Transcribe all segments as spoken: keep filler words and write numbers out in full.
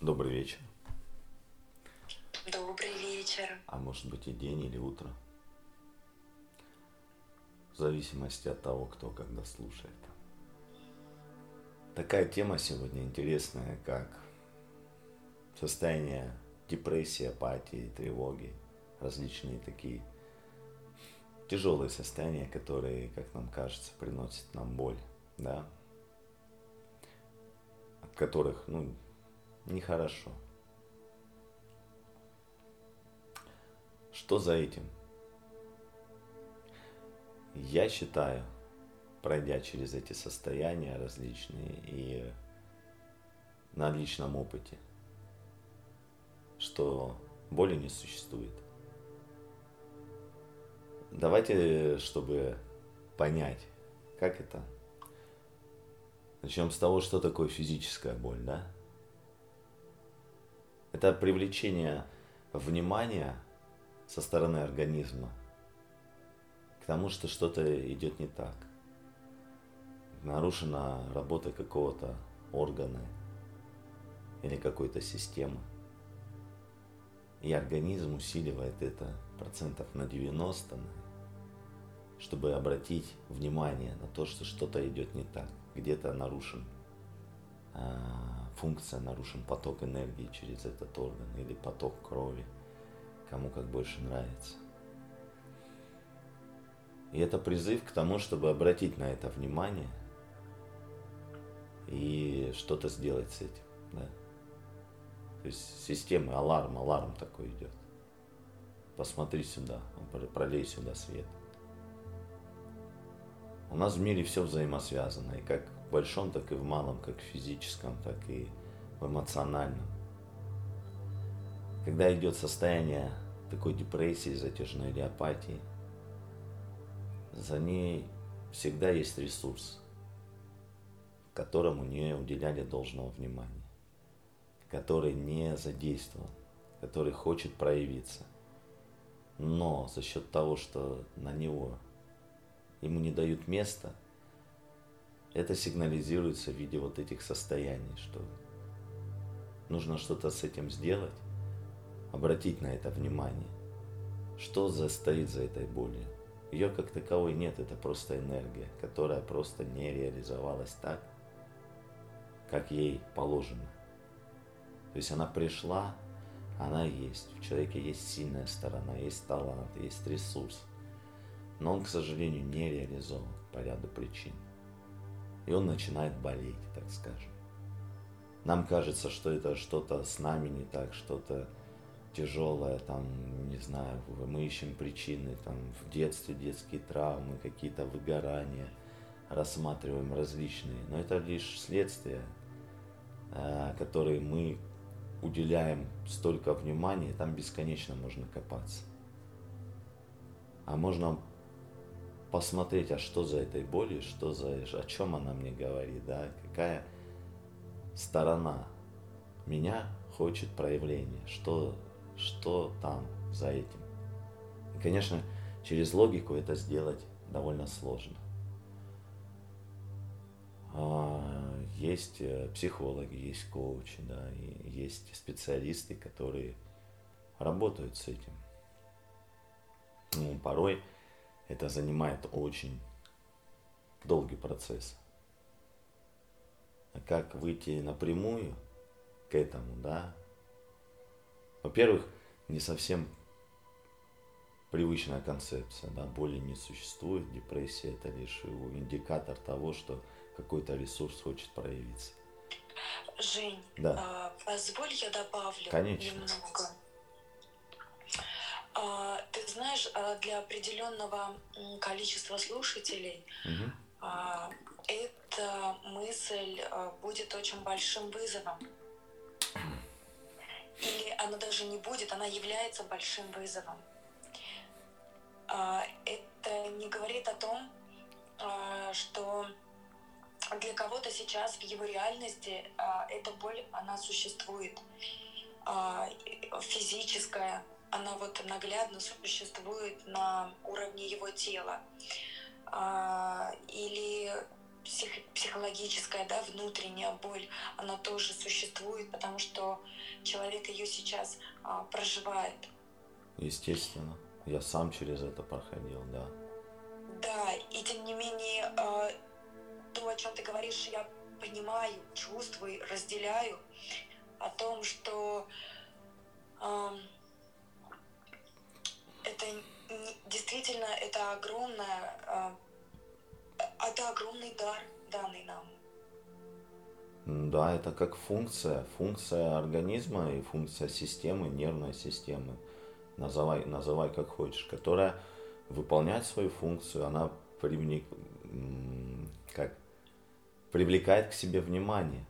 Добрый вечер. Добрый вечер. А может быть и день или утро. В зависимости от того, кто когда слушает. Такая тема сегодня интересная, как состояние депрессии, апатии, тревоги. Различные такие тяжелые состояния, которые, как нам кажется, приносят нам боль, да, от которых, ну, нехорошо. Что за этим? Я считаю, пройдя через эти состояния различные и на личном опыте, что боли не существует. Давайте, чтобы понять, как это, начнем с того, что такое физическая боль, да? Это привлечение внимания со стороны организма к тому, что что-то идет не так. Нарушена работа какого-то органа или какой-то системы. И организм усиливает это процентов на девяносто, чтобы обратить внимание на то, что что-то идет не так. Где-то нарушен функция, нарушен поток энергии через этот орган или поток крови, кому как больше нравится. И это призыв к тому, чтобы обратить на это внимание и что-то сделать с этим. Да? То есть система, аларм, аларм такой идет. Посмотри сюда, пролей сюда свет. У нас в мире все взаимосвязано, и как в большом, так и в малом, как в физическом, так и в эмоциональном. Когда идет состояние такой депрессии затяжной или апатии, за ней всегда есть ресурс, которому не уделяли должного внимания, который не задействован, который хочет проявиться. Но за счет того, что на него ему не дают места, это сигнализируется в виде вот этих состояний, что нужно что-то с этим сделать, обратить на это внимание. Что стоит за этой болью? Ее как таковой нет, это просто энергия, которая просто не реализовалась так, как ей положено. То есть она пришла, она есть. В человеке есть сильная сторона, есть талант, есть ресурс. Но он, к сожалению, не реализован по ряду причин. И он начинает болеть, так скажем. Нам кажется, что это что-то с нами не так, что-то тяжелое, там, не знаю, мы ищем причины, там, в детстве детские травмы, какие-то выгорания, рассматриваем различные. Но это лишь следствия, которые мы уделяем столько внимания, там бесконечно можно копаться. А можно посмотреть, а что за этой болью, что за, о чем она мне говорит, да, какая сторона меня хочет проявления, что, что там за этим. И, конечно, через логику это сделать довольно сложно. Есть психологи, есть коучи, да, и есть специалисты, которые работают с этим. Ну, порой это занимает очень долгий процесс. А как выйти напрямую к этому, да? Во-первых, не совсем привычная концепция, да, боли не существует, депрессия это лишь индикатор того, что какой-то ресурс хочет проявиться. Жень, да. а, позволь я добавлю Конечно. немного. А, ты знаешь, для определенного количества слушателей угу. а, эта мысль будет очень большим вызовом. Или она даже не будет, она является большим вызовом. А, это не говорит о том, а, что для кого-то сейчас в его реальности а, эта боль, она существует. А, физическая, она вот наглядно существует на уровне его тела. А, или псих, психологическая, да, внутренняя боль, она тоже существует, потому что человек ее сейчас а, проживает. Естественно. Я сам через это проходил, да. Да, и тем не менее, а, то, о чем ты говоришь, я понимаю, чувствую, разделяю, о том, что а, это не, действительно это огромное, а, это огромный дар, данный нам. Да, это как функция, функция организма и функция системы, нервной системы, называй, называй как хочешь, которая выполняет свою функцию, она привник, как, привлекает к себе внимание.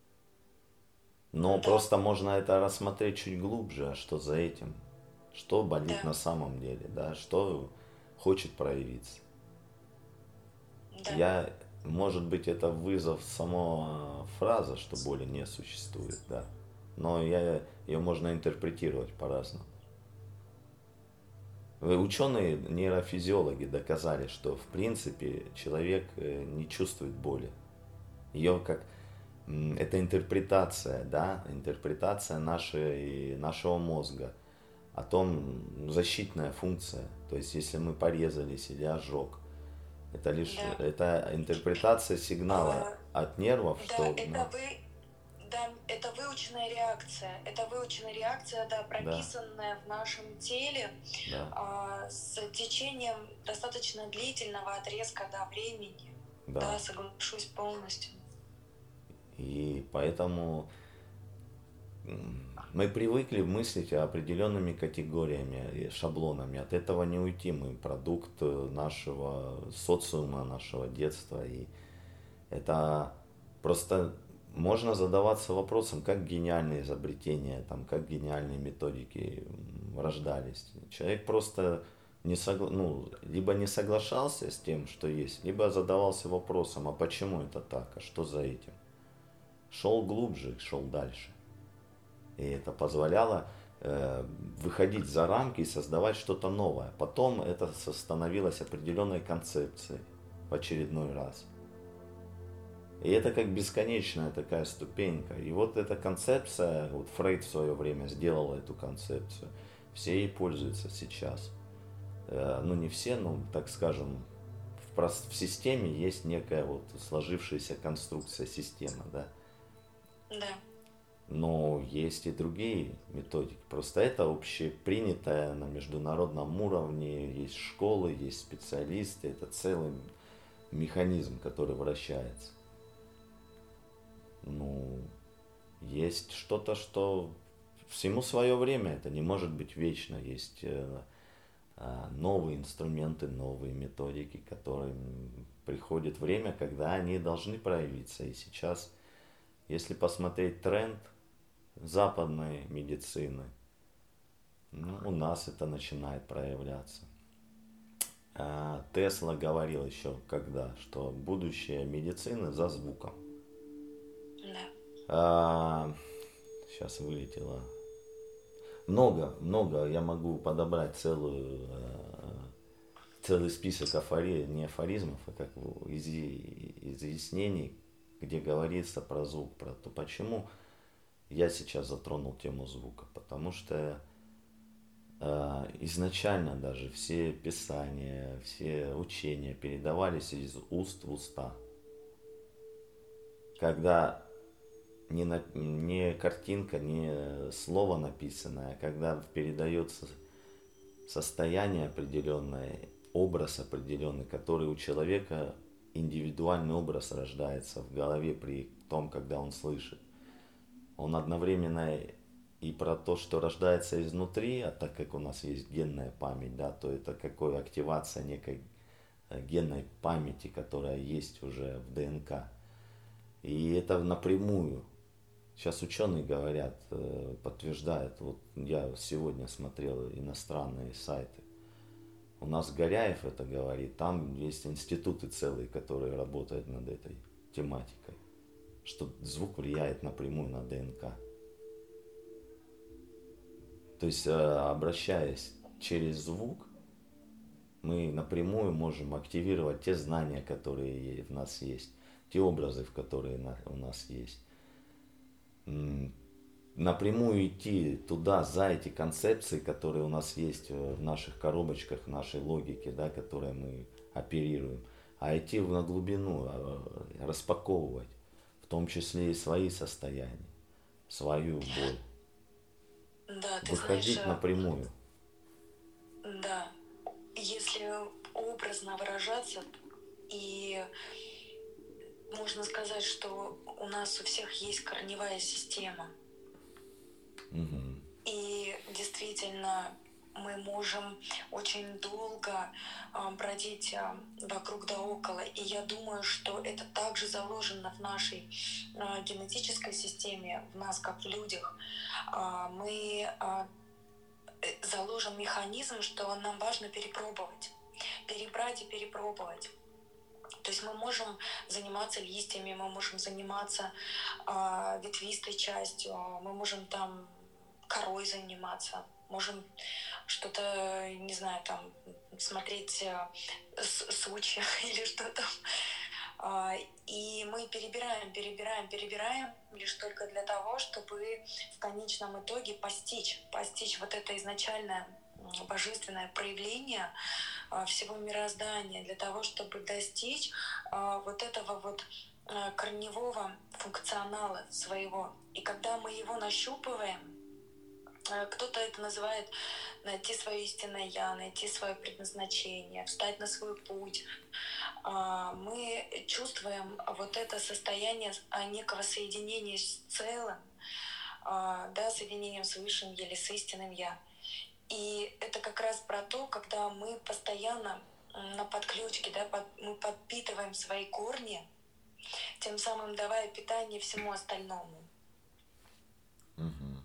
Но Да. просто можно это рассмотреть чуть глубже, а что за этим, что болит Да. на самом деле, да, что хочет проявиться. Да. Я, может быть, это вызов сама фраза, что боли не существует, да. Но я, ее можно интерпретировать по-разному. Ученые нейрофизиологи доказали, что в принципе человек не чувствует боли. Ее как это интерпретация, да, интерпретация нашей, нашего мозга о том, защитная функция. То есть если мы порезались или ожог, это лишь Да. это интерпретация сигнала А, от нервов, да, что это ну, вы, да, это выученная реакция. Это выученная реакция, да, да, прописанная в нашем теле да, а, с течением достаточно длительного отрезка, да, времени. да. Да, соглашусь полностью. И поэтому мы привыкли мыслить определенными категориями, шаблонами. От этого не уйти. Мы продукт нашего социума, нашего детства. И это просто можно задаваться вопросом, как гениальные изобретения, там, как гениальные методики рождались. Человек просто не согла... ну, либо не соглашался с тем, что есть, либо задавался вопросом, а почему это так, а что за этим. Шел глубже, шел дальше. И это позволяло э, выходить за рамки и создавать что-то новое. Потом это становилось определенной концепцией в очередной раз. И это как бесконечная такая ступенька. И вот эта концепция, вот Фрейд в свое время сделал эту концепцию, все ей пользуются сейчас. Э, ну не все, но так скажем, в, прост... в системе есть некая вот сложившаяся конструкция системы, да. Да. Но есть и другие методики. Просто это общепринятое на международном уровне. Есть школы, есть специалисты. Это целый механизм, который вращается. Ну, есть что-то, что всему свое время. Это не может быть вечно. Есть новые инструменты, новые методики, которым приходит время, когда они должны проявиться. И сейчас, если посмотреть тренд западной медицины, ну, у нас это начинает проявляться. А, Тесла говорил еще когда, что будущее медицины за звуком. Да. А, сейчас вылетело. Много, много, я могу подобрать целую, целый список афори, не афоризмов, а как из, изъяснений, где говорится про звук, про то, почему я сейчас затронул тему звука, потому что э, изначально даже все писания, все учения передавались из уст в уста. Когда не, на, не картинка, не слово написанное, а когда передается состояние определенное, образ определенный, который у человека, индивидуальный образ рождается в голове при том, когда он слышит. Он одновременно и про то, что рождается изнутри, а так как у нас есть генная память, да, то это какая активация некой генной памяти, которая есть уже в ДНК. И это напрямую. Сейчас ученые говорят, подтверждают, вот я сегодня смотрел иностранные сайты, у нас Горяев это говорит, там есть институты целые, которые работают над этой тематикой, что звук влияет напрямую на ДНК. То есть, обращаясь через звук, мы напрямую можем активировать те знания, которые в нас есть, те образы, в которые у нас есть. напрямую идти туда, за эти концепции, которые у нас есть в наших коробочках, в нашей логике, да, которые мы оперируем, а идти на глубину, распаковывать, в том числе и свои состояния, свою боль. Да, ты Выходить знаешь, напрямую. Да, если образно выражаться, и можно сказать, что у нас у всех есть корневая система. Угу. И действительно мы можем очень долго а, бродить а, вокруг да около. И я думаю, что это также заложено в нашей а, генетической системе, в нас как в людях. А, мы а, заложен механизм, что нам важно перепробовать, перебрать и перепробовать. То есть мы можем заниматься листьями, мы можем заниматься э, ветвистой частью, мы можем там корой заниматься, можем что-то, не знаю, там смотреть э, сучья или что там. Э, и мы перебираем, перебираем, перебираем лишь только для того, чтобы в конечном итоге постичь, постичь вот это изначальное божественное проявление всего мироздания, для того, чтобы достичь а, вот этого вот а, корневого функционала своего. И когда мы его нащупываем, а, кто-то это называет найти свое истинное я, найти свое предназначение, встать на свой путь, а, мы чувствуем вот это состояние некого соединения с целым, а, да, соединением с высшим или с истинным я. И это как раз про то, когда мы постоянно на подключке, да, под, мы подпитываем свои корни, тем самым давая питание всему остальному. Угу.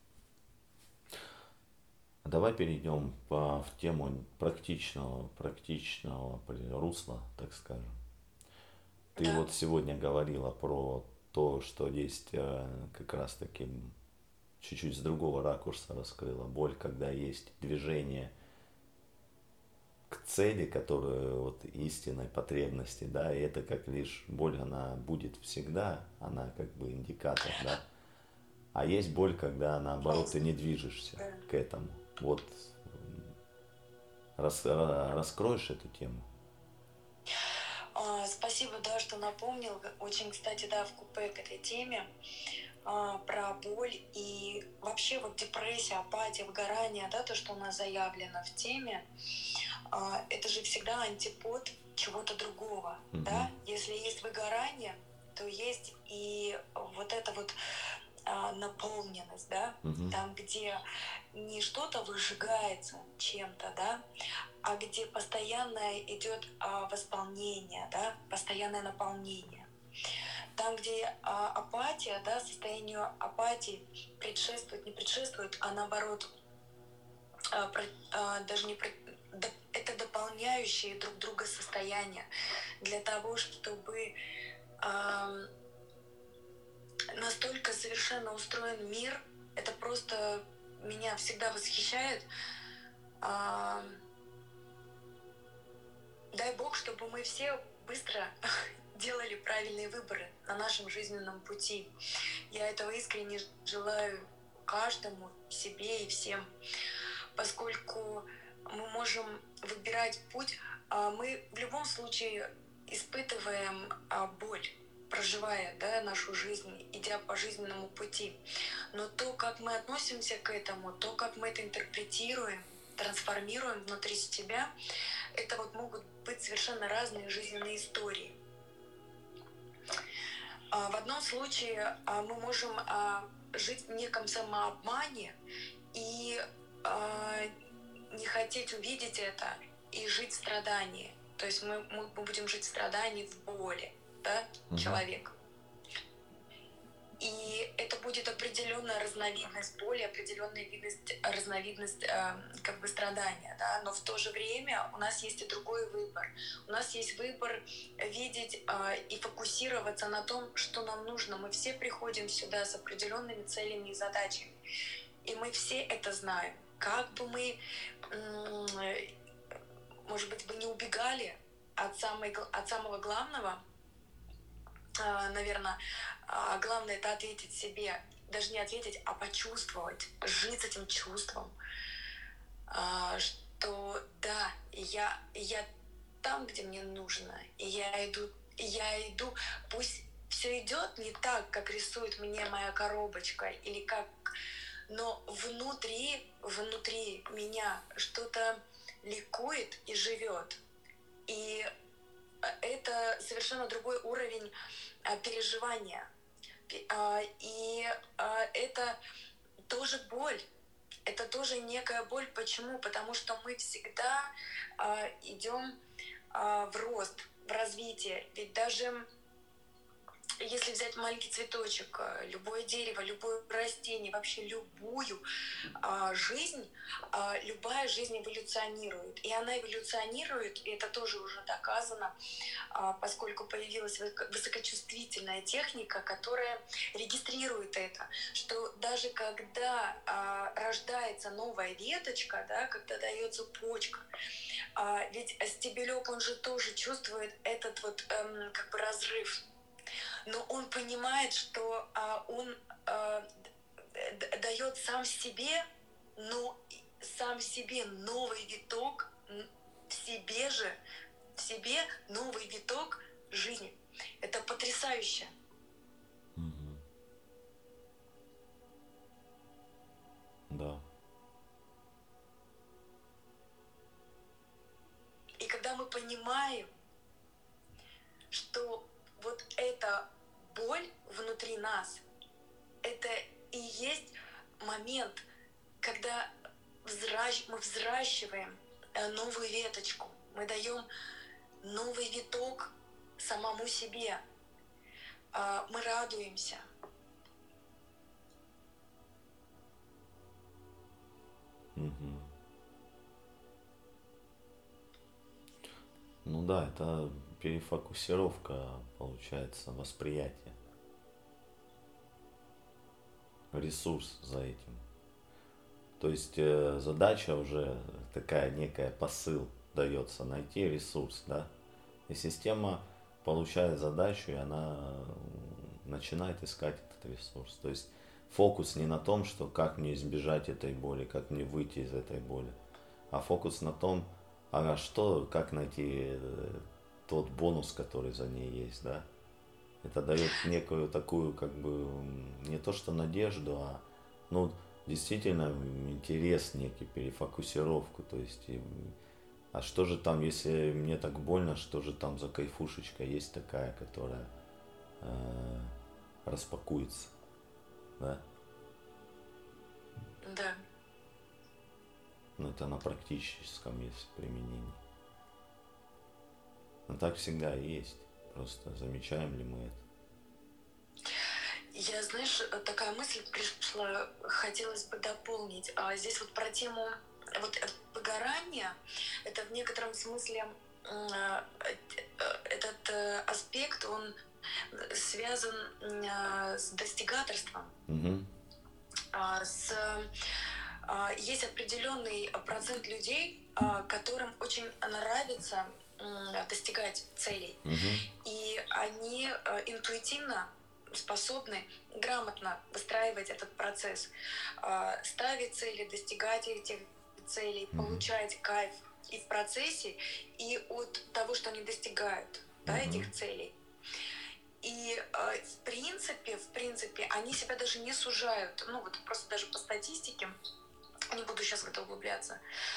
Давай перейдем по, в тему практичного, практичного русла, так скажем. Ты Да. вот сегодня говорила про то, что есть э, как раз таки чуть-чуть с другого ракурса раскрыла боль, когда есть движение к цели, которая вот истинной потребности, да, и это как лишь боль, она будет всегда, она как бы индикатор, да, а есть боль, когда наоборот ты не движешься к этому. Вот рас, раскроешь эту тему? Спасибо, да, что напомнил. Очень, кстати, да, в купе к этой теме а, про боль и вообще вот депрессия, апатия, выгорание, да, то, что у нас заявлено в теме, а, это же всегда антипод чего-то другого, mm-hmm. да. Если есть выгорание, то есть и вот это вот а, наполненность, да, mm-hmm. там, где не что-то выжигается чем-то, да, а где постоянно идет а, восполнение, да, постоянное наполнение. Там, где а, апатия, да, состоянию апатии предшествует, не предшествует, а наоборот, а, про, а, даже не да, это дополняющие друг друга состояния для того, чтобы а, настолько совершенно устроен мир, это просто меня всегда восхищает. А, дай Бог, чтобы мы все быстро делали правильные выборы на нашем жизненном пути. Я этого искренне желаю каждому, себе и всем, поскольку мы можем выбирать путь, мы в любом случае испытываем боль, проживая, да, нашу жизнь, идя по жизненному пути. Но то, как мы относимся к этому, то, как мы это интерпретируем, трансформируем внутри себя, это вот могут быть совершенно разные жизненные истории. В одном случае мы можем жить в неком самообмане и не хотеть увидеть это и жить в страдании. То есть мы, мы будем жить в страдании, в боли, да, угу. человек. И это будет определенная разновидность боли, определенная видность, разновидность э, как бы страдания, да. Но в то же время у нас есть и другой выбор. У нас есть выбор видеть э, и фокусироваться на том, что нам нужно. Мы все приходим сюда с определенными целями и задачами. И мы все это знаем. Как бы мы, э, может быть, бы не убегали от, самой, от самого главного, наверное, главное это ответить себе, даже не ответить, а почувствовать, жить с этим чувством, а, что да, я, я там, где мне нужно, и я иду, и я иду, пусть все идет не так, как рисует мне моя коробочка, или как, но внутри, внутри меня что-то ликует и живет. И это совершенно другой уровень а, переживания. А, и а, это тоже боль. Это тоже некая боль. Почему? Потому что мы всегда а, идем а, в рост, в развитие. Ведь даже если взять маленький цветочек, любое дерево, любое растение, вообще любую а, жизнь, а, любая жизнь эволюционирует. И она эволюционирует, и это тоже уже доказано, а, поскольку появилась высокочувствительная техника, которая регистрирует это, что даже когда а, рождается новая веточка, да, когда дается почка, а, ведь стебелек, он же тоже чувствует этот вот эм, как бы разрыв. Но он понимает, что а, он а, д- дает сам себе, но сам себе новый виток, в себе же, в себе новый виток жизни. Это потрясающе. Мгм. Да. И когда мы понимаем, что вот эта боль внутри нас, это и есть момент, когда взращ... мы взращиваем новую веточку, мы даем новый виток самому себе, мы радуемся. Мгм. Ну да, это перефокусировка, получается, восприятия. Ресурс за этим. То есть э, задача уже такая некая посыл дается, найти ресурс, да. И система получает задачу, и она начинает искать этот ресурс. То есть фокус не на том, что как мне избежать этой боли, как мне выйти из этой боли, а фокус на том, а что, как найти тот бонус, который за ней есть, да. Это дает некую такую, как бы, не то что надежду, а, ну, действительно интерес некий, перефокусировку, то есть, и, а что же там, если мне так больно, что же там за кайфушечка есть такая, которая э, распакуется, да? Да. Ну, это на практическом есть применении. Но так всегда и есть. Просто замечаем ли мы это? Я, знаешь, такая мысль пришла, хотелось бы дополнить. А здесь вот про тему вот выгорания, это в некотором смысле этот аспект, он связан с достигаторством. Угу. С, есть определенный процент людей, которым очень нравится достигать целей. Угу. И они интуитивно способны грамотно выстраивать этот процесс, ставить цели, достигать этих целей, mm-hmm. получать кайф и в процессе, и от того, что они достигают, mm-hmm. да, этих целей. И в принципе, в принципе, они себя даже не сужают, ну вот просто даже по статистике, не буду сейчас в это углубляться,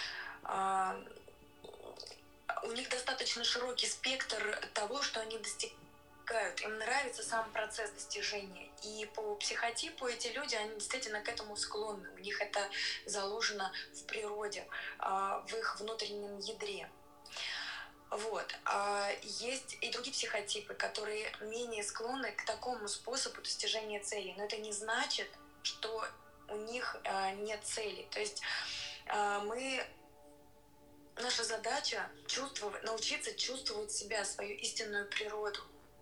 у них достаточно широкий спектр того, что они достигают. Им нравится сам процесс достижения. И по психотипу эти люди, они действительно к этому склонны. У них это заложено в природе, в их внутреннем ядре. Вот. А есть и другие психотипы, которые менее склонны к такому способу достижения целей. Но это не значит, что у них нет целей. То есть мы... Наша задача чувствовать, научиться чувствовать себя, свою истинную природу.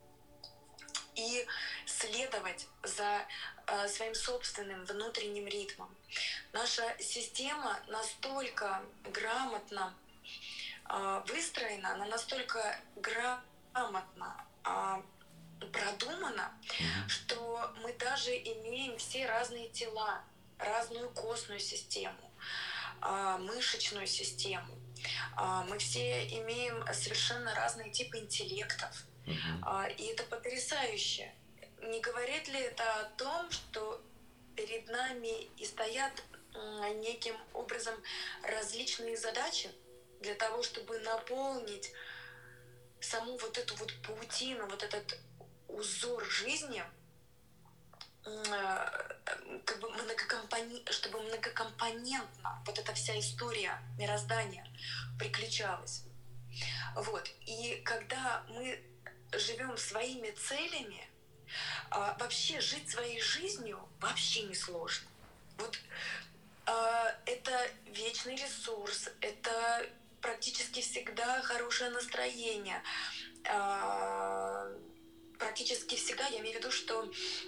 И следовать за э, своим собственным внутренним ритмом. Наша система настолько грамотно э, выстроена, она настолько грамотно э, продумано, Мгм. что мы даже имеем все разные тела, разную костную систему, а, мышечную систему. А, Мы все имеем совершенно разные типы интеллектов. Мгм. А, И это потрясающе. Не говорит ли это о том, что перед нами и стоят м, неким образом различные задачи для того, чтобы наполнить саму вот эту вот паутину, вот этот узор жизни, м, э, как бы многокомпони... чтобы многокомпонентно вот эта вся история мироздания приключалась. Вот. И когда мы живем своими целями, а, вообще жить своей жизнью вообще не сложно. Вот а, это вечный ресурс, это практически всегда хорошее настроение. А, практически всегда, я имею в виду, что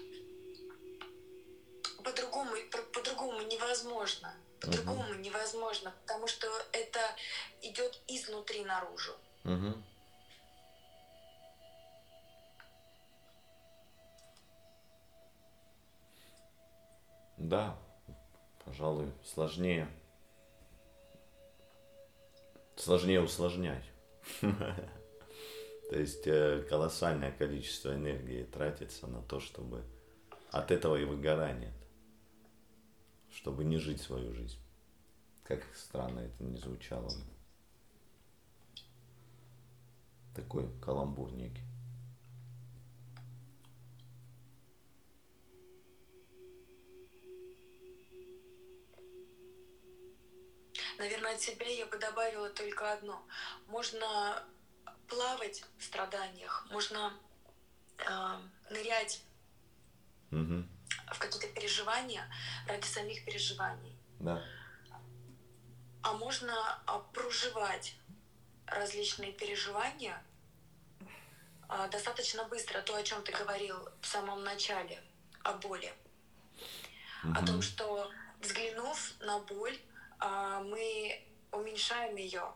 по-другому, по-другому невозможно. По-другому Мгм. невозможно, потому что это идет изнутри наружу. Мгм. Да, пожалуй, сложнее. Сложнее усложнять. То есть э, колоссальное количество энергии тратится на то, чтобы от этого и выгорание, чтобы не жить свою жизнь. Как странно это не звучало. Такой каламбур некий. Наверное, от себя я бы добавила только одно. Можно плавать в страданиях, можно э, нырять Мгм. в какие-то переживания ради самих переживаний. Да. А можно а, проживать различные переживания а, достаточно быстро. То, о чем ты говорил в самом начале, о боли. О том, Мгм. что взглянув на боль, а, мы уменьшаем ее.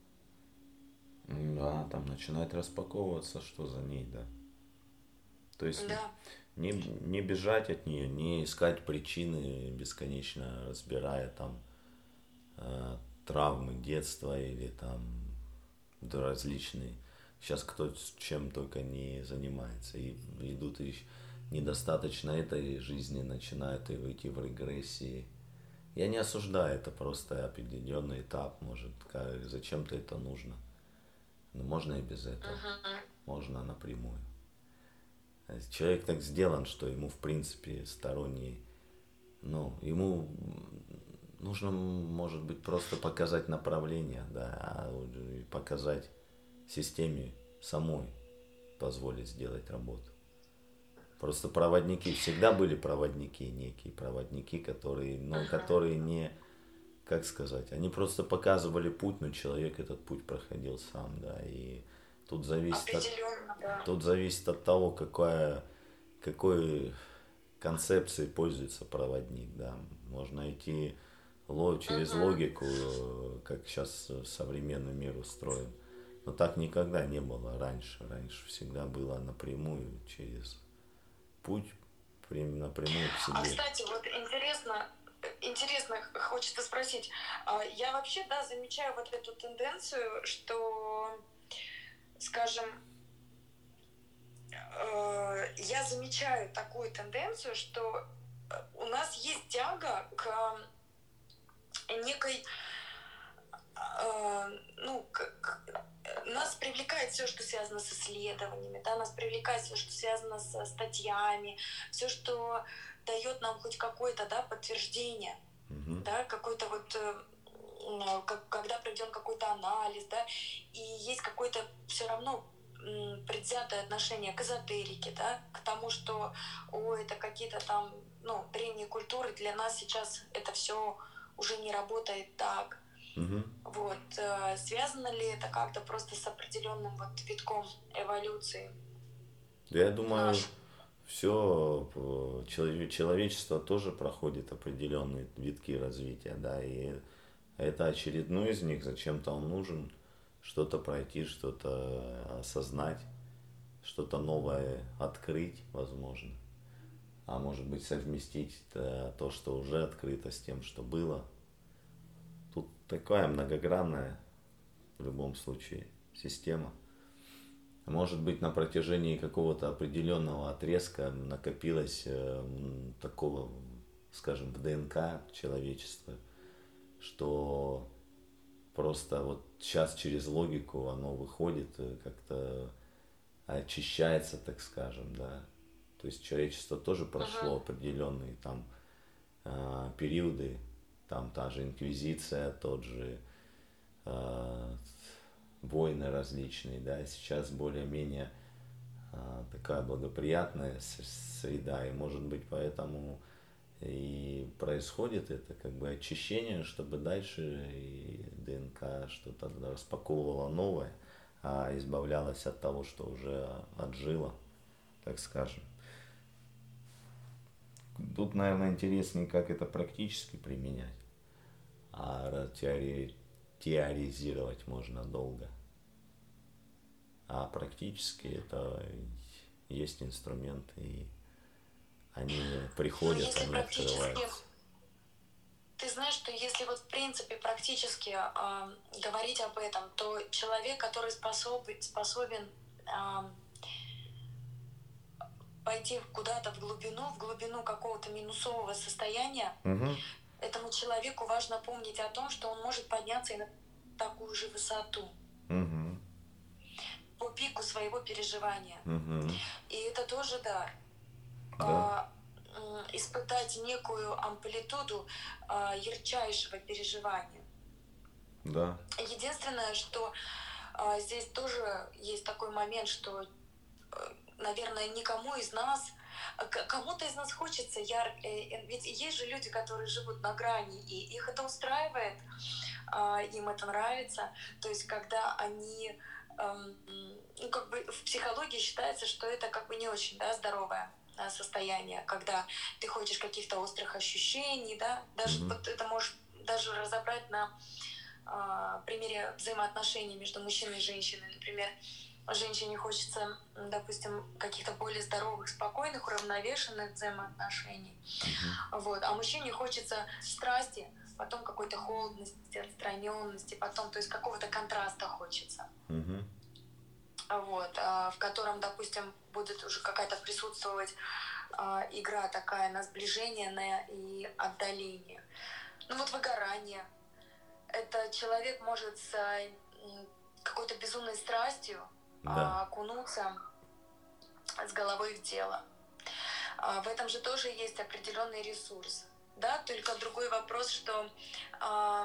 Да, там начинает распаковываться, что за ней, да. То есть Да. не, не бежать от нее, не искать причины, бесконечно разбирая там э, травмы детства или там да, различные. Сейчас кто чем только не занимается. И идут и недостаточно этой жизни, начинают и выйти в регрессии. Я не осуждаю, это просто определенный этап, может, как, зачем-то это нужно. Но можно и без этого, Мгм. можно напрямую. Человек так сделан, что ему, в принципе, сторонний, ну, ему нужно, может быть, просто показать направление, да, а и показать системе самой позволить сделать работу. Просто проводники, всегда были проводники, некие проводники, которые, ну, которые не, как сказать, они просто показывали путь, но человек этот путь проходил сам, да, и тут зависит от, Определенно, да. тут зависит от того, какая, какой концепцией пользуется проводник, да, можно идти ло- через Мгм. логику, э, как сейчас современный мир устроен, но так никогда не было раньше, раньше всегда было напрямую, через путь, прям напрямую к А, себе. кстати, вот интересно, интересно, хочется спросить. а, Я вообще, да, замечаю вот эту тенденцию, что, скажем, э, я замечаю такую тенденцию, что э, у нас есть тяга к некой, э, ну, к, к- нас привлекает все, что связано с исследованиями, да, нас привлекает все, что связано со статьями, все, что дает нам хоть какое-то, да, подтверждение, Мгм. да, какой-то вот, э, м, как- когда проведен какой-то анализ, да, и есть какое-то все равно м, предвзятое отношение к эзотерике, да, к тому, что, о, это какие-то там, ну, древние культуры, для нас сейчас это все уже не работает так. Мгм. Вот. э, Связано ли это как-то просто с определенным вот витком эволюции Я думаю, нашей? все человечество тоже проходит определенные витки развития, да, и это очередной из них, зачем-то он нужен, что-то пройти, что-то осознать. что-то новое открыть, возможно. А может быть совместить то, что уже открыто, с тем, что было. Тут такая многогранная, в любом случае, система. Может быть, на протяжении какого-то определенного отрезка накопилось э, такого, скажем, в ДНК человечества, что просто вот сейчас через логику оно выходит, как-то очищается, так скажем, да. То есть человечество тоже прошло Ага. определенные там э, периоды, там та же инквизиция, тот же э, войны различные, да, сейчас более-менее э, такая благоприятная среда, и может быть поэтому и происходит это как бы очищение, чтобы дальше и ДНК что-то распаковывала новое, а избавлялась от того, что уже отжило, так скажем. Тут, наверное, интереснее, как это практически применять, а теори... теоризировать можно долго. А практически это есть инструменты, и они приходят, если они открываются. Ты знаешь, что если вот в принципе практически э, говорить об этом, то человек, который способен, способен э, пойти куда-то в глубину, в глубину какого-то минусового состояния, Угу. этому человеку важно помнить о том, что он может подняться и на такую же высоту. Угу. По пику своего переживания. Угу. И это тоже дар. Да. Э, испытать некую амплитуду э, ярчайшего переживания. Да. Единственное, что э, здесь тоже есть такой момент, что, э, наверное, никому из нас, кому-то из нас хочется ярко, э, ведь есть же люди, которые живут на грани, и их это устраивает, э, им это нравится. То есть, когда они, э, ну, как бы в психологии считается, что это как бы не очень, да, здоровое состояние, когда ты хочешь каких-то острых ощущений, да, даже Угу. вот это можешь даже разобрать на э, примере взаимоотношений между мужчиной и женщиной. Например, женщине хочется, допустим, каких-то более здоровых, спокойных, уравновешенных взаимоотношений, Угу. вот, а мужчине хочется страсти, потом какой-то холодности, отстраненности, потом, то есть какого-то контраста хочется. Угу. Вот, в котором, допустим, будет уже какая-то присутствовать э, игра такая на сближение на, и отдаление. Ну вот выгорание. Это человек может с э, какой-то безумной страстью Да. э, окунуться с головой в дело. Э, в этом же тоже есть определенный ресурс. Да? Только другой вопрос, что э,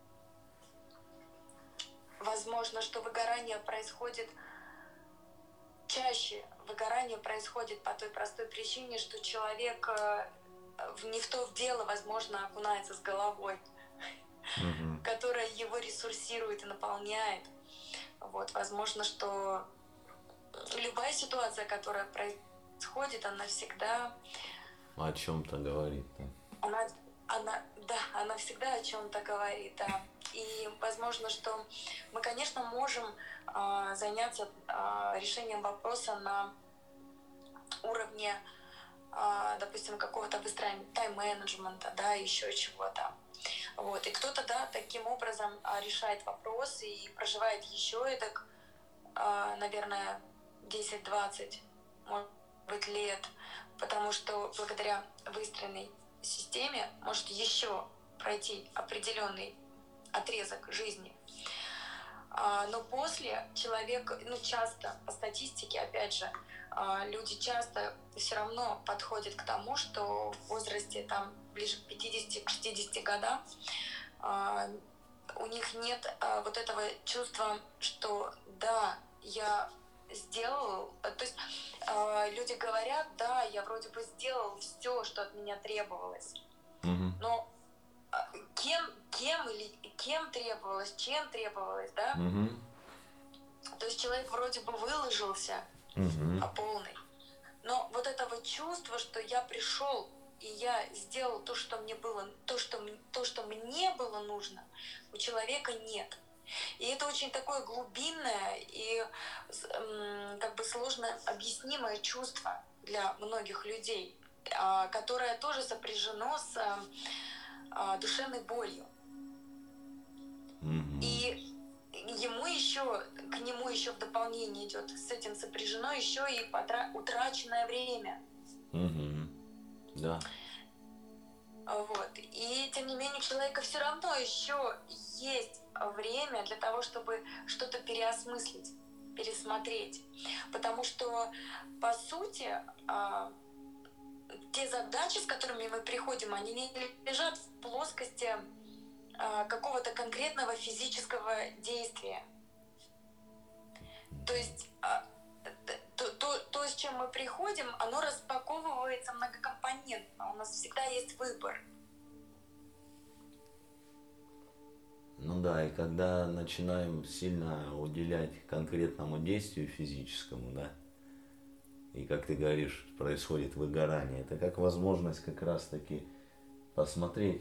возможно, что выгорание происходит чаще выгорание происходит по той простой причине, что человек не в то в дело, возможно, окунается с головой, угу. которая его ресурсирует и наполняет. Вот, возможно, что любая ситуация, которая происходит, она всегда о чем-то говорит. Да? Она, она, да, она всегда о чем-то говорит, да. И возможно, что мы, конечно, можем э, заняться э, решением вопроса на уровне, э, допустим, какого-то выстраивания тайм-менеджмента, да, еще чего-то. Вот. И кто-то, да, таким образом э, решает вопрос и проживает еще это, э, наверное, десять-двадцать, может быть, лет, потому что благодаря выстроенной системе может еще пройти определенный отрезок жизни. Но после человек, ну часто по статистике, опять же, люди часто все равно подходят к тому, что в возрасте там ближе к пятидесяти-шестидесяти годам у них нет вот этого чувства, что да, я сделал, то есть э, люди говорят, да, я вроде бы сделал все, что от меня требовалось, угу. но э, кем, кем или кем требовалось, чем требовалось, да? Угу. То есть человек вроде бы выложился угу. по полной, но вот этого чувства, что я пришел и я сделал то, что мне было, то, что то, что мне было нужно, у человека нет. И это очень такое глубинное и как бы сложно объяснимое чувство для многих людей, которое тоже сопряжено с душевной болью. Mm-hmm. И ему еще, к нему еще в дополнение идет с этим сопряжено еще и потра- утраченное время. Mm-hmm. Да. Вот. И тем не менее у человека все равно еще есть время для того, чтобы что-то переосмыслить, пересмотреть. Потому что, по сути, те задачи, с которыми мы приходим, они не лежат в плоскости какого-то конкретного физического действия. То есть то, то, то, с чем мы приходим, оно распаковывается многокомпонентно. У нас всегда есть выбор. Ну да, и когда начинаем сильно уделять конкретному действию физическому, да, и, как ты говоришь, происходит выгорание, это как возможность как раз-таки посмотреть,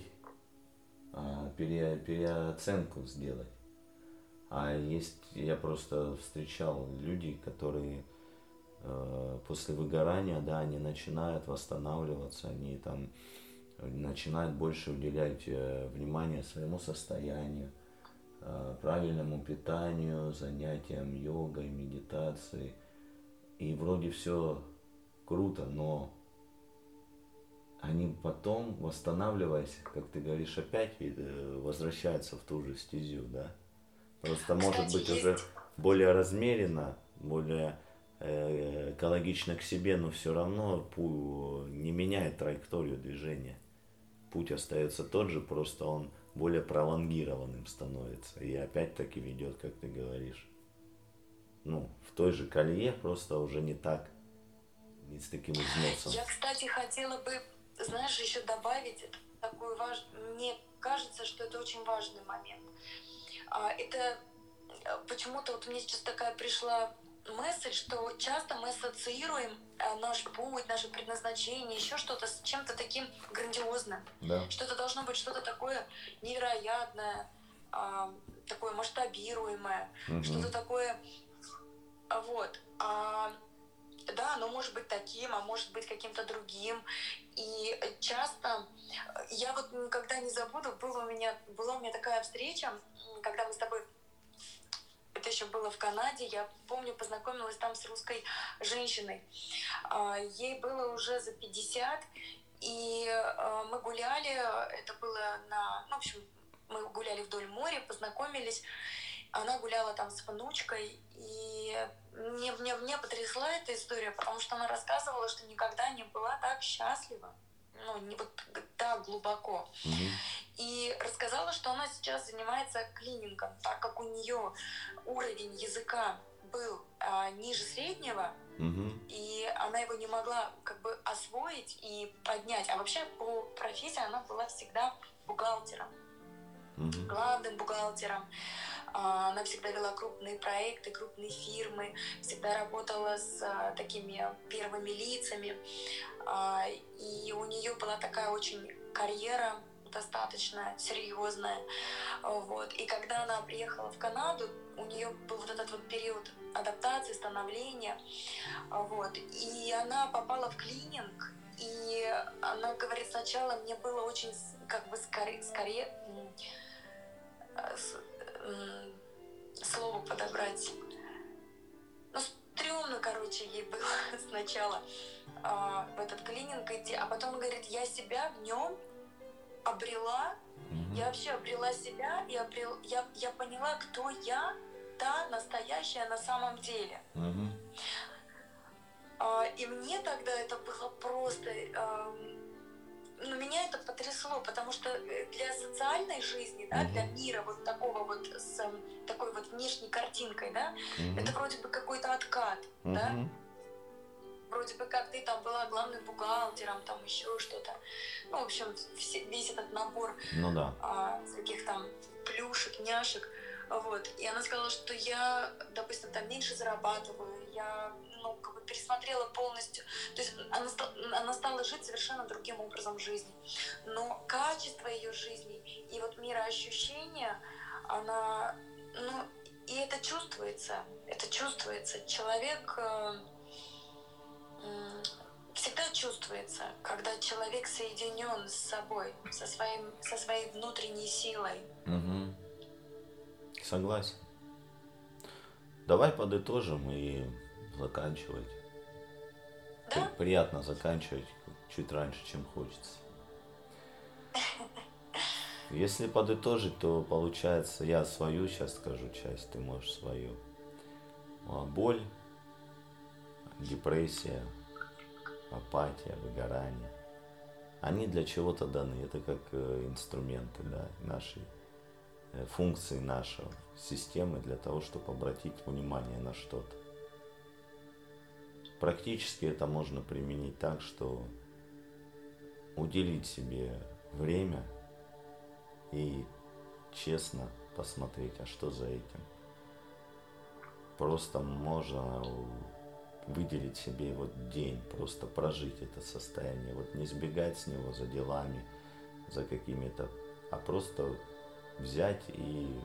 пере, переоценку сделать. А есть, я просто встречал людей, которые э, после выгорания, да, они начинают восстанавливаться, они там начинают больше уделять э, внимание своему состоянию, э, правильному питанию, занятиям йогой, медитацией. И вроде все круто, но они потом, восстанавливаясь, как ты говоришь, опять возвращаются в ту же стезю, да? Просто, Кстати, может быть, есть... уже более размеренно, более э, экологично к себе, но все равно пу- не меняет траекторию движения. Путь остается тот же, просто он более пролонгированным становится. И опять-таки ведет, как ты говоришь, ну, в той же колее, просто уже не так, не с таким износом. Я, кстати, хотела бы, знаешь, еще добавить такую важную... Мне кажется, что это очень важный момент. Это почему-то вот мне сейчас такая пришла мысль, что часто мы ассоциируем наш путь, наше предназначение, еще что-то с чем-то таким грандиозным. Да. Что это должно быть что-то такое невероятное, такое масштабируемое, угу. Что-то такое... Вот. А, да, оно может быть таким, а может быть каким-то другим. И часто, я вот никогда не забуду, была у меня, была у меня такая встреча, когда мы с тобой, это еще было в Канаде, я помню, познакомилась там с русской женщиной. Ей было уже за пятьдесят, и мы гуляли, это было на, ну, в общем, мы гуляли вдоль моря, познакомились. Она гуляла там с внучкой, и мне, мне, мне потрясла эта история, потому что она рассказывала, что никогда не была так счастлива, ну, не вот так глубоко. Mm-hmm. И рассказала, что она сейчас занимается клинингом, так как у нее уровень языка был а, ниже среднего, mm-hmm. и она его не могла как бы освоить и поднять. А вообще по профессии она была всегда бухгалтером, mm-hmm. главным бухгалтером. Она всегда вела крупные проекты, крупные фирмы, всегда работала с а, такими первыми лицами. А, и у нее была такая очень карьера достаточно серьезная. Вот. И когда она приехала в Канаду, у нее был вот этот вот период адаптации, становления. Вот. И она попала в клининг. И она говорит, сначала мне было очень как бы скорее... скорее слово подобрать. Ну, стрёмно, короче, ей было сначала а, в этот клининг идти, а потом, говорит, я себя в нем обрела, mm-hmm. я вообще обрела себя, и обрел, я, я поняла, кто я, та настоящая на самом деле. Mm-hmm. А, и мне тогда это было просто... А, ну, меня это потрясло, потому что для социальной жизни, да, mm-hmm. для мира вот такого вот с такой вот внешней картинкой, да, mm-hmm. это вроде бы какой-то откат, mm-hmm. да, вроде бы как ты там была главным бухгалтером, там еще что-то, ну, в общем, все, весь этот набор ну, да. а, всяких там плюшек, няшек, вот, и она сказала, что я, допустим, там меньше зарабатываю, я, ну, как бы пересмотрела полностью, то есть она, она стала жить совершенно другим образом жизни, но качество ее жизни и вот мироощущения, она, ну, и это чувствуется, это чувствуется. Человек э, э, всегда чувствуется, когда человек соединен с собой, со, своим, со своей внутренней силой. Угу. Согласен. Давай подытожим и заканчивать. Да? Приятно заканчивать чуть раньше, чем хочется. Если подытожить, то получается, я свою сейчас скажу часть, ты можешь свою. Боль, депрессия, апатия, выгорание. Они для чего-то даны. Это как инструменты, да, нашей функции нашей системы для того, чтобы обратить внимание на что-то. Практически это можно применить так, что уделить себе время и честно посмотреть, а что за этим. Просто можно выделить себе вот день, просто прожить это состояние, вот не сбегать с него за делами, за какими-то, а просто взять и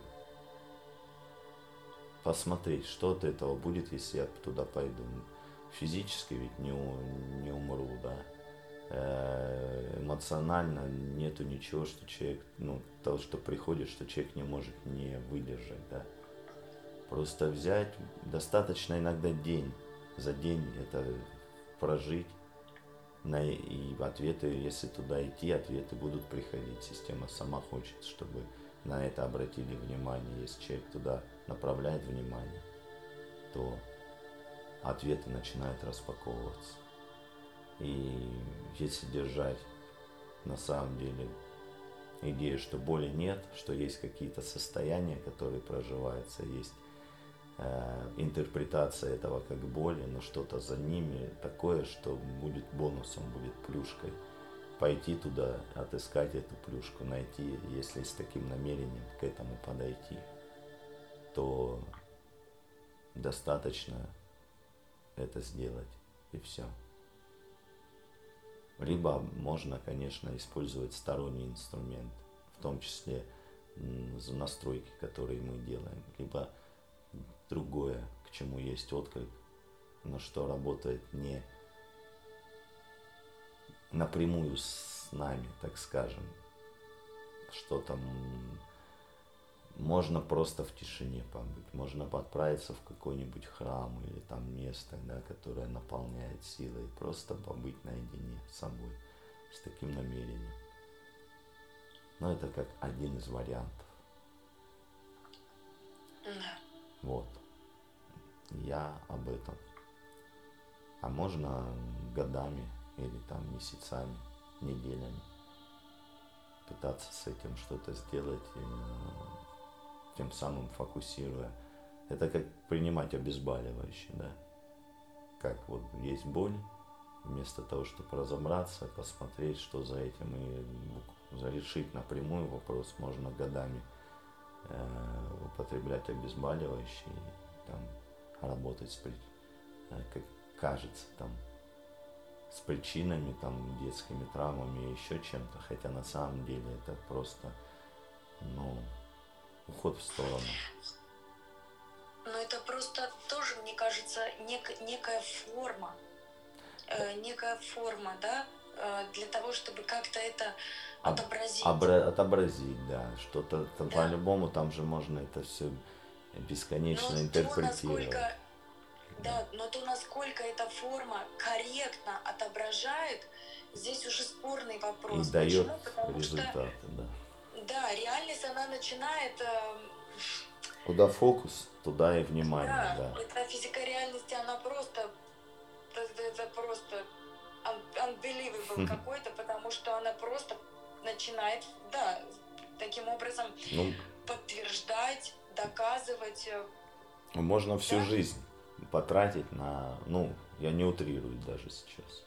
посмотреть, что от этого будет, если я туда пойду. Физически ведь не, не умру, да. Эмоционально нету ничего, что человек, ну, то, что приходит, что человек не может не выдержать, да. Просто взять, достаточно иногда день, за день это прожить, на, и ответы, если туда идти, ответы будут приходить. Система сама хочет, чтобы на это обратили внимание. Если человек туда направляет внимание, то ответы начинают распаковываться. И если держать на самом деле идею, что боли нет, что есть какие-то состояния, которые проживаются, есть э, интерпретация этого как боли, но что-то за ними такое, что будет бонусом, будет плюшкой. Пойти туда, отыскать эту плюшку, найти, если с таким намерением к этому подойти, то достаточно это сделать, и все. Либо можно, конечно, использовать сторонний инструмент, в том числе настройки, которые мы делаем, либо другое, к чему есть отклик, но что работает не напрямую с нами, так скажем, что там можно просто в тишине побыть, можно отправиться в какой-нибудь храм или там место, да, которое наполняет силой, просто побыть наедине с собой, с таким намерением. Но это как один из вариантов. Да. Вот. Я об этом. А можно годами или там месяцами, неделями пытаться с этим что-то сделать, и, тем самым фокусируя. Это как принимать обезболивающее, да. Как вот есть боль, вместо того, чтобы разобраться, посмотреть, что за этим, и решить напрямую вопрос, можно годами э, употреблять обезболивающие, и, там, работать с, э, как кажется, там, с причинами, там, детскими травмами и еще чем-то, хотя на самом деле это просто, ну, уход в сторону. Но это просто тоже, мне кажется, нек- некая форма, э, некая форма, да, э, для того, чтобы как-то это отобразить. Обра- отобразить, да, что-то там, Да. по-любому, там же можно это все бесконечно но интерпретировать. То, насколько, да, но то, насколько эта форма корректно отображает, здесь уже спорный вопрос. И дает Почему? Потому результаты, что, да. Да, реальность, она начинает... Э, Куда фокус, туда и внимание, да. да. Эта физика реальности, она просто... Это, это просто unbelievable какой-то, потому что она просто начинает, да, таким образом ну, подтверждать, доказывать. Можно всю да? жизнь потратить на, ну, я не утрирую даже сейчас.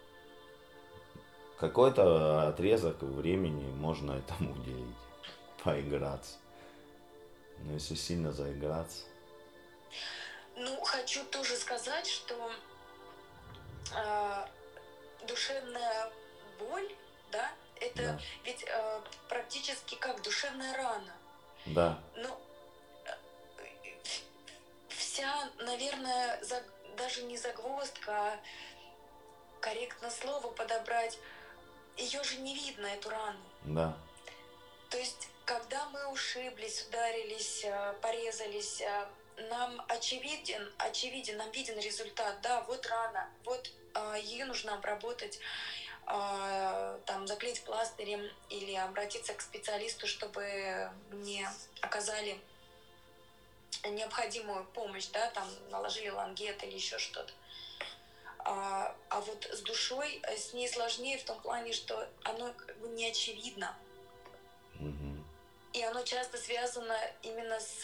Какой-то отрезок времени можно этому уделить, поиграться. Но если сильно заиграться... Ну, хочу тоже сказать, что э, душевная боль, да, это Да. ведь э, практически как душевная рана. Да. Ну, вся, наверное, за, даже не загвоздка, а корректно слово подобрать, ее же не видно, эту рану. Да. То есть, когда мы ушиблись, ударились, порезались, нам очевиден, очевиден, нам виден результат, да, вот рана, вот ее нужно обработать, там, заклеить пластырем или обратиться к специалисту, чтобы мне оказали необходимую помощь, да, там, наложили лангет или еще что-то. А, а вот с душой, с ней сложнее в том плане, что оно как бы не очевидно. Угу. И оно часто связано именно с,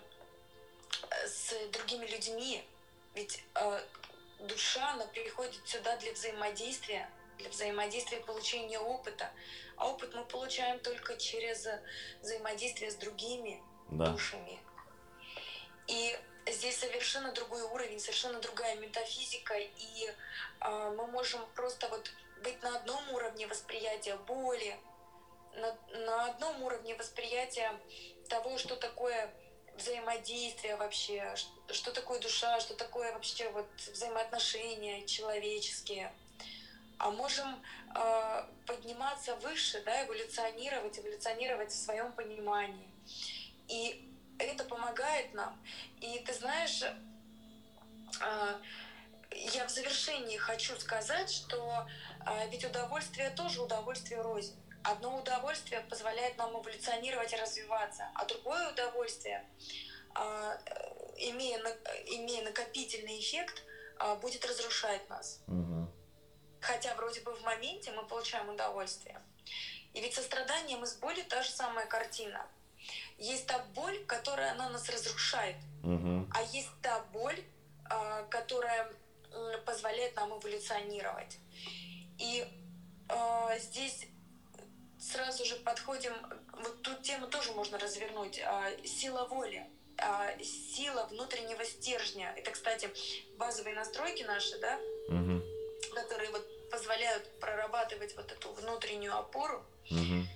с другими людьми. Ведь э, душа, она приходит сюда для взаимодействия, для взаимодействия и получения опыта. А опыт мы получаем только через взаимодействие с другими да. душами. И здесь совершенно другой уровень, совершенно другая метафизика, и э, мы можем просто вот быть на одном уровне восприятия боли, на, на одном уровне восприятия того, что такое взаимодействие вообще, что, что такое душа, что такое вообще вот взаимоотношения человеческие. А можем э, подниматься выше, да, эволюционировать, эволюционировать в своем понимании. И это помогает нам. И ты знаешь, э, я в завершении хочу сказать, что э, ведь удовольствие тоже удовольствие рознь. Одно удовольствие позволяет нам эволюционировать и развиваться, а другое удовольствие, имея, имея накопительный эффект, будет разрушать нас. Угу. Хотя вроде бы в моменте мы получаем удовольствие. И ведь со страданием и с болью та же самая картина. Есть та боль, которая она нас разрушает, угу. а есть та боль, которая позволяет нам эволюционировать. И здесь сразу же подходим, вот ту тему тоже можно развернуть, сила воли, сила внутреннего стержня. Это, кстати, базовые настройки наши, да, угу. которые вот позволяют прорабатывать вот эту внутреннюю опору. Угу.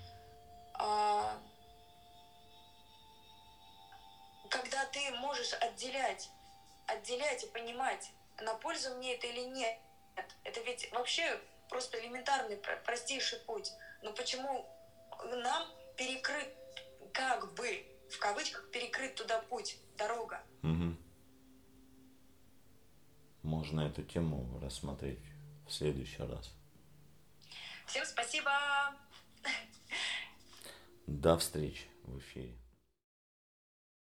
Когда ты можешь отделять, отделять и понимать, на пользу мне это или нет, это ведь вообще просто элементарный, простейший путь. Но почему нам перекрыт, как бы, в кавычках, перекрыт туда путь, дорога? Угу. Можно эту тему рассмотреть в следующий раз. Всем спасибо! До встречи в эфире.